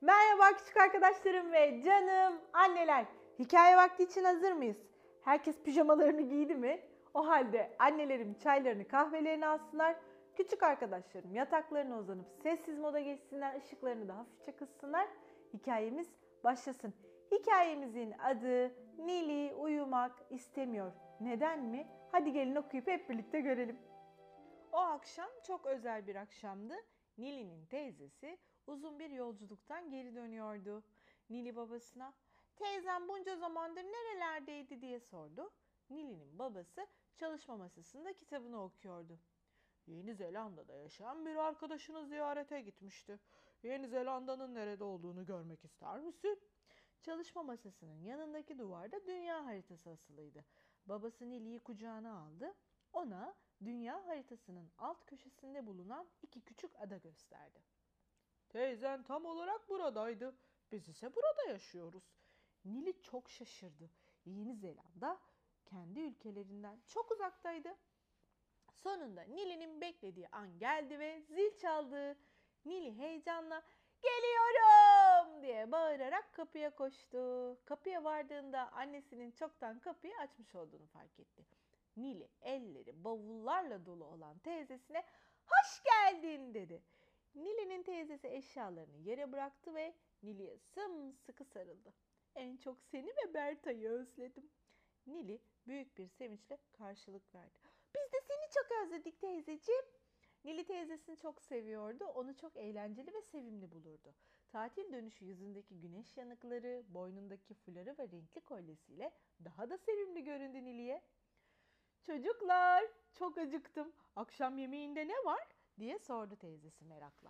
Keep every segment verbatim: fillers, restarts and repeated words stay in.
Merhaba küçük arkadaşlarım ve canım anneler. Hikaye vakti için hazır mıyız? Herkes pijamalarını giydi mi? O halde annelerim çaylarını kahvelerini alsınlar. Küçük arkadaşlarım yataklarına uzanıp sessiz moda geçsinler. Işıklarını da hafifçe kıssınlar. Hikayemiz başlasın. Hikayemizin adı Nili uyumak istemiyor. Neden mi? Hadi gelin okuyup hep birlikte görelim. O akşam çok özel bir akşamdı. Nili'nin teyzesi uzun bir yolculuktan geri dönüyordu. Nili babasına, "Teyzem bunca zamandır nerelerdeydi?" diye sordu. Nili'nin babası çalışma masasında kitabını okuyordu. "Yeni Zelanda'da yaşayan bir arkadaşını ziyarete gitmişti. Yeni Zelanda'nın nerede olduğunu görmek ister misin?" Çalışma masasının yanındaki duvarda dünya haritası asılıydı. Babası Nili'yi kucağına aldı. Ona dünya haritasının alt köşesinde bulunan iki küçük ada gösterdi. "Teyzen tam olarak buradaydı. Biz ise burada yaşıyoruz." Nili çok şaşırdı. Yeni Zelanda kendi ülkelerinden çok uzaktaydı. Sonunda Nili'nin beklediği an geldi ve zil çaldı. Nili heyecanla "Geliyorum!" diye bağırarak kapıya koştu. Kapıya vardığında annesinin çoktan kapıyı açmış olduğunu fark etti. Nili elleri bavullarla dolu olan teyzesine "Hoş geldin!" dedi. Nili'nin teyzesi eşyalarını yere bıraktı ve Nili'ye sımsıkı sarıldı. "En çok seni ve Berta'yı özledim." Nili büyük bir sevinçle karşılık verdi. "Biz de seni çok özledik teyzeciğim." Nili teyzesini çok seviyordu. Onu çok eğlenceli ve sevimli bulurdu. Tatil dönüşü yüzündeki güneş yanıkları, boynundaki fuları ve renkli kolyesiyle daha da sevimli göründü Nili'ye. "Çocuklar, çok acıktım. Akşam yemeğinde ne var?" diye sordu teyzesi merakla.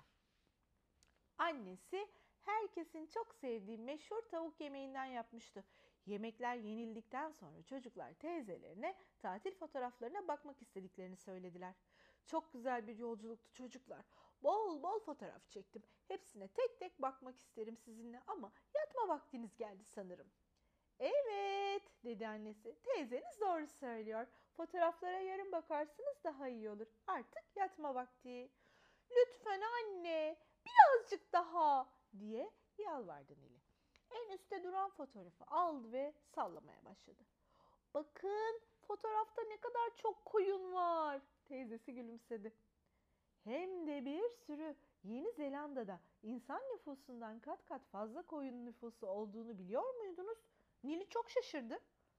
Annesi herkesin çok sevdiği meşhur tavuk yemeğinden yapmıştı. Yemekler yenildikten sonra çocuklar teyzelerine tatil fotoğraflarına bakmak istediklerini söylediler. "Çok güzel bir yolculuktu çocuklar. Bol bol fotoğraf çektim. Hepsine tek tek bakmak isterim sizinle ama yatma vaktiniz geldi sanırım." "Evet," dedi annesi. "Teyzeniz doğru söylüyor. Fotoğraflara yarın bakarsınız daha iyi olur. Artık yatma vakti." "Lütfen anne, birazcık daha," diye yalvardı Nili. En üstte duran fotoğrafı aldı ve sallamaya başladı. "Bakın, fotoğrafta ne kadar çok koyun var." Teyzesi gülümsedi. "Hem de bir sürü. Yeni Zelanda'da insan nüfusundan kat kat fazla koyun nüfusu olduğunu biliyor muydunuz?" Nili çok şaşırdı.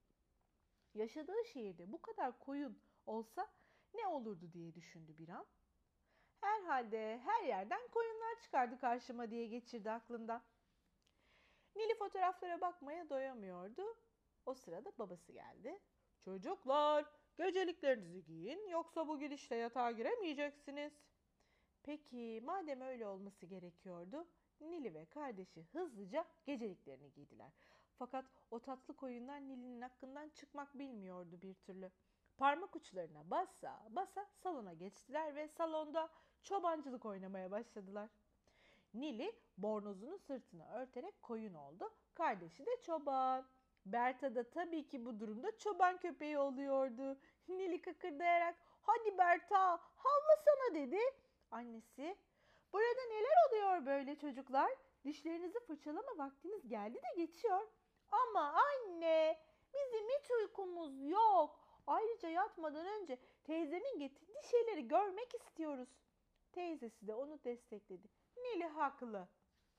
Yaşadığı şehirde bu kadar koyun olsa ne olurdu diye düşündü bir an. "Herhalde her yerden koyunlar çıkardı karşıma," diye geçirdi aklından. Nili fotoğraflara bakmaya doyamıyordu. O sırada babası geldi. "Çocuklar, geceliklerinizi giyin yoksa bu gidişle yatağa giremeyeceksiniz." Peki madem öyle olması gerekiyordu, Nili ve kardeşi hızlıca geceliklerini giydiler. Fakat o tatlı koyunlar Nili'nin hakkından çıkmak bilmiyordu bir türlü. Parmak uçlarına basa basa salona geçtiler ve salonda çobancılık oynamaya başladılar. Nili bornozunu sırtına örterek koyun oldu. Kardeşi de çoban. Berta da tabii ki bu durumda çoban köpeği oluyordu. Nili kıkırdayarak "Hadi Berta, havlasana," dedi. Annesi, "Burada neler oluyor böyle çocuklar? Dişlerinizi fırçalama vaktiniz geldi de geçiyor." "Ama anne, bizim hiç uykumuz yok. Ayrıca yatmadan önce teyzemin getirdiği şeyleri görmek istiyoruz." Teyzesi de onu destekledi. "Nili haklı.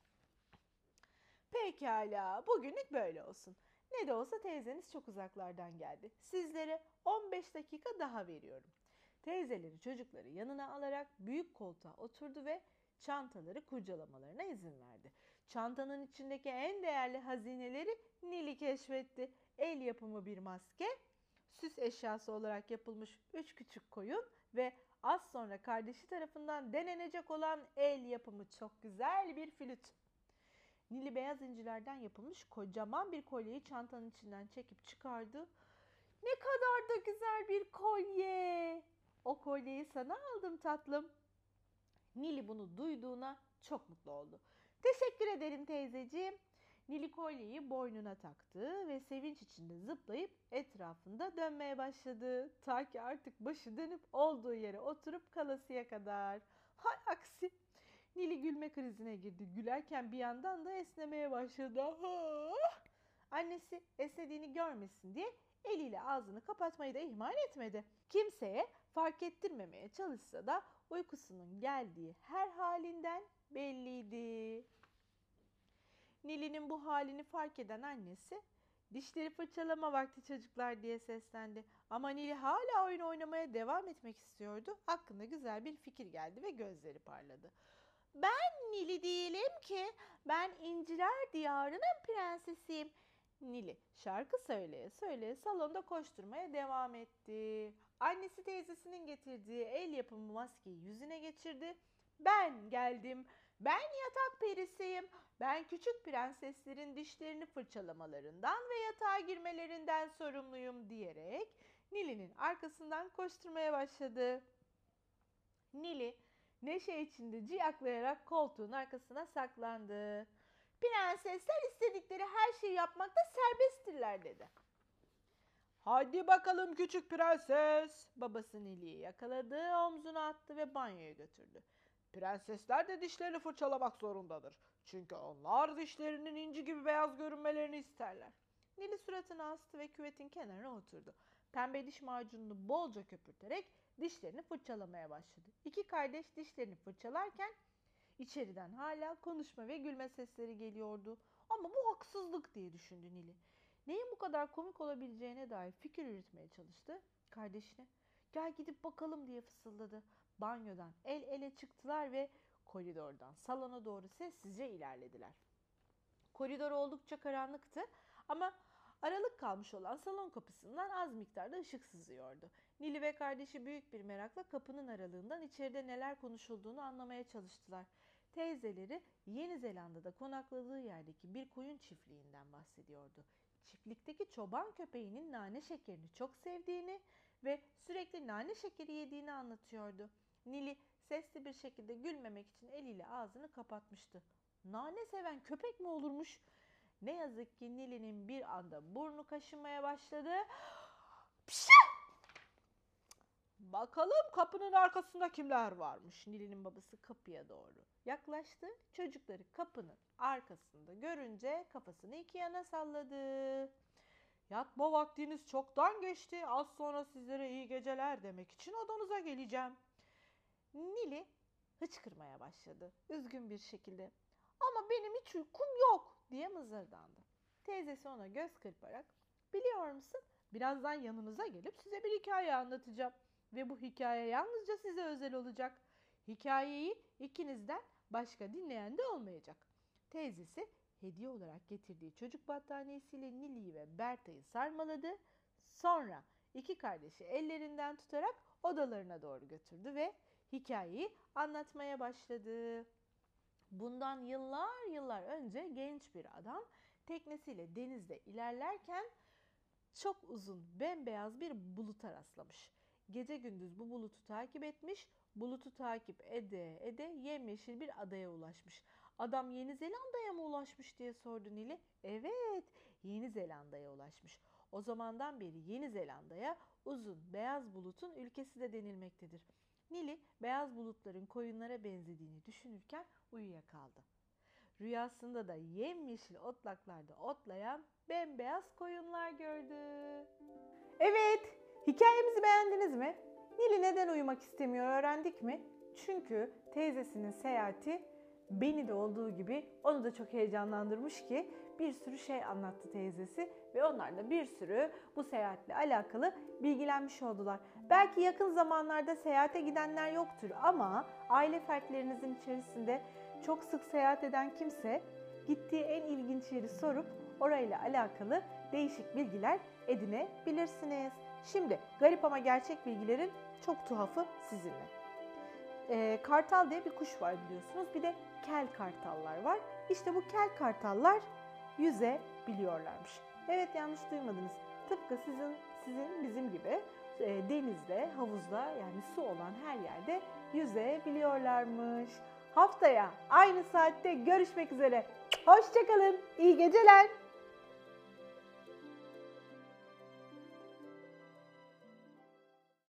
Pekala, bugünlük böyle olsun. Ne de olsa teyzeniz çok uzaklardan geldi. Sizlere on beş dakika daha veriyorum." Teyzeleri çocukları yanına alarak büyük koltuğa oturdu ve çantaları kurcalamalarına izin verdi. Çantanın içindeki en değerli hazineleri Nili keşfetti. El yapımı bir maske, süs eşyası olarak yapılmış üç küçük koyun ve az sonra kardeşi tarafından denenecek olan el yapımı çok güzel bir flüt. Nili beyaz incilerden yapılmış kocaman bir kolyeyi çantanın içinden çekip çıkardı. "Ne kadar da güzel bir kolye. O kolyeyi sana aldım tatlım." Nili bunu duyduğuna çok mutlu oldu. "Teşekkür ederim teyzeciğim." Nili kolyeyi boynuna taktı ve sevinç içinde zıplayıp etrafında dönmeye başladı. Ta ki artık başı dönüp olduğu yere oturup kalasıya kadar. Hay aksi! Nili gülme krizine girdi. Gülerken bir yandan da esnemeye başladı. Annesi esnediğini görmesin diye eliyle ağzını kapatmayı da ihmal etmedi. Kimseye fark ettirmemeye çalışsa da uykusunun geldiği her halinden belliydi. Nili'nin bu halini fark eden annesi, "Dişleri fırçalama vakti çocuklar," diye seslendi. Ama Nili hala oyun oynamaya devam etmek istiyordu. Aklına güzel bir fikir geldi ve gözleri parladı. "Ben Nili değilim ki. Ben İnciler Diyarı'nın prensesiyim." Nili şarkı söyleye söyleye salonda koşturmaya devam etti. Annesi teyzesinin getirdiği el yapımı maskeyi yüzüne geçirdi. "Ben geldim. Ben yatak perisiyim. Ben küçük prenseslerin dişlerini fırçalamalarından ve yatağa girmelerinden sorumluyum," diyerek Nili'nin arkasından koşturmaya başladı. Nili neşe içinde ciyaklayarak koltuğun arkasına saklandı. "Prensesler istedikleri her şeyi yapmakta serbesttirler," dedi. "Hadi bakalım küçük prenses." Babası Nili'yi yakaladı, omzuna attı ve banyoya götürdü. "Prensesler de dişlerini fırçalamak zorundadır. Çünkü onlar dişlerinin inci gibi beyaz görünmelerini isterler." Nili suratını astı ve küvetin kenarına oturdu. Pembe diş macununu bolca köpürterek dişlerini fırçalamaya başladı. İki kardeş dişlerini fırçalarken içeriden hala konuşma ve gülme sesleri geliyordu. Ama bu haksızlık diye düşündü Nili. Neyin bu kadar komik olabileceğine dair fikir yürütmeye çalıştı. Kardeşine, "Gel gidip bakalım," diye fısıldadı. Banyodan el ele çıktılar ve koridordan salona doğru sessizce ilerlediler. Koridor oldukça karanlıktı ama aralık kalmış olan salon kapısından az miktarda ışık sızıyordu. Nili ve kardeşi büyük bir merakla kapının aralığından içeride neler konuşulduğunu anlamaya çalıştılar. Teyzeleri Yeni Zelanda'da konakladığı yerdeki bir koyun çiftliğinden bahsediyordu. Çiftlikteki çoban köpeğinin nane şekerini çok sevdiğini ve sürekli nane şekeri yediğini anlatıyordu. Nili sesli bir şekilde gülmemek için eliyle ağzını kapatmıştı. Nane seven köpek mi olurmuş? Ne yazık ki Nili'nin bir anda burnu kaşınmaya başladı. Pişt! "Bakalım kapının arkasında kimler varmış?" Nili'nin babası kapıya doğru yaklaştı. Çocukları kapının arkasında görünce kafasını iki yana salladı. "Yatma vaktiniz çoktan geçti. Az sonra sizlere iyi geceler demek için odanıza geleceğim." Nili hıçkırmaya başladı üzgün bir şekilde. "Ama benim hiç uykum yok," diye mızırdandı. Teyzesi ona göz kırparak, "Biliyor musun? Birazdan yanınıza gelip size bir hikaye anlatacağım. Ve bu hikaye yalnızca size özel olacak. Hikayeyi ikinizden başka dinleyen de olmayacak." Teyzesi hediye olarak getirdiği çocuk battaniyesiyle Nili'yi ve Berta'yı sarmaladı. Sonra iki kardeşi ellerinden tutarak odalarına doğru götürdü ve hikayeyi anlatmaya başladı. Bundan yıllar yıllar önce genç bir adam teknesiyle denizde ilerlerken çok uzun bembeyaz bir buluta rastlamış. Gece gündüz bu bulutu takip etmiş, bulutu takip ede ede yemyeşil bir adaya ulaşmış. Adam Yeni Zelanda'ya mı ulaşmış diye sordu Nili. Evet, Yeni Zelanda'ya ulaşmış. O zamandan beri Yeni Zelanda'ya uzun beyaz bulutun ülkesi de denilmektedir. Nili beyaz bulutların koyunlara benzediğini düşünürken uyuyakaldı. Rüyasında da yemyeşil otlaklarda otlayan bembeyaz koyunlar gördü. Evet, hikayemizi beğendiniz mi? Nili neden uyumak istemiyor öğrendik mi? Çünkü teyzesinin seyahati beni de olduğu gibi onu da çok heyecanlandırmış ki bir sürü şey anlattı teyzesi ve onlar da bir sürü bu seyahatle alakalı bilgilenmiş oldular. Belki yakın zamanlarda seyahate gidenler yoktur ama aile fertlerinizin içerisinde çok sık seyahat eden kimse gittiği en ilginç yeri sorup orayla alakalı değişik bilgiler edinebilirsiniz. Şimdi garip ama gerçek bilgilerin çok tuhafı sizinle. Ee, kartal diye bir kuş var biliyorsunuz. Bir de kel kartallar var. İşte bu kel kartallar yüzebiliyorlarmış. Evet, yanlış duymadınız. Tıpkı sizin sizin bizim gibi e, denizde, havuzda yani su olan her yerde yüzebiliyorlarmış. Haftaya aynı saatte görüşmek üzere. Hoşça kalın. İyi geceler.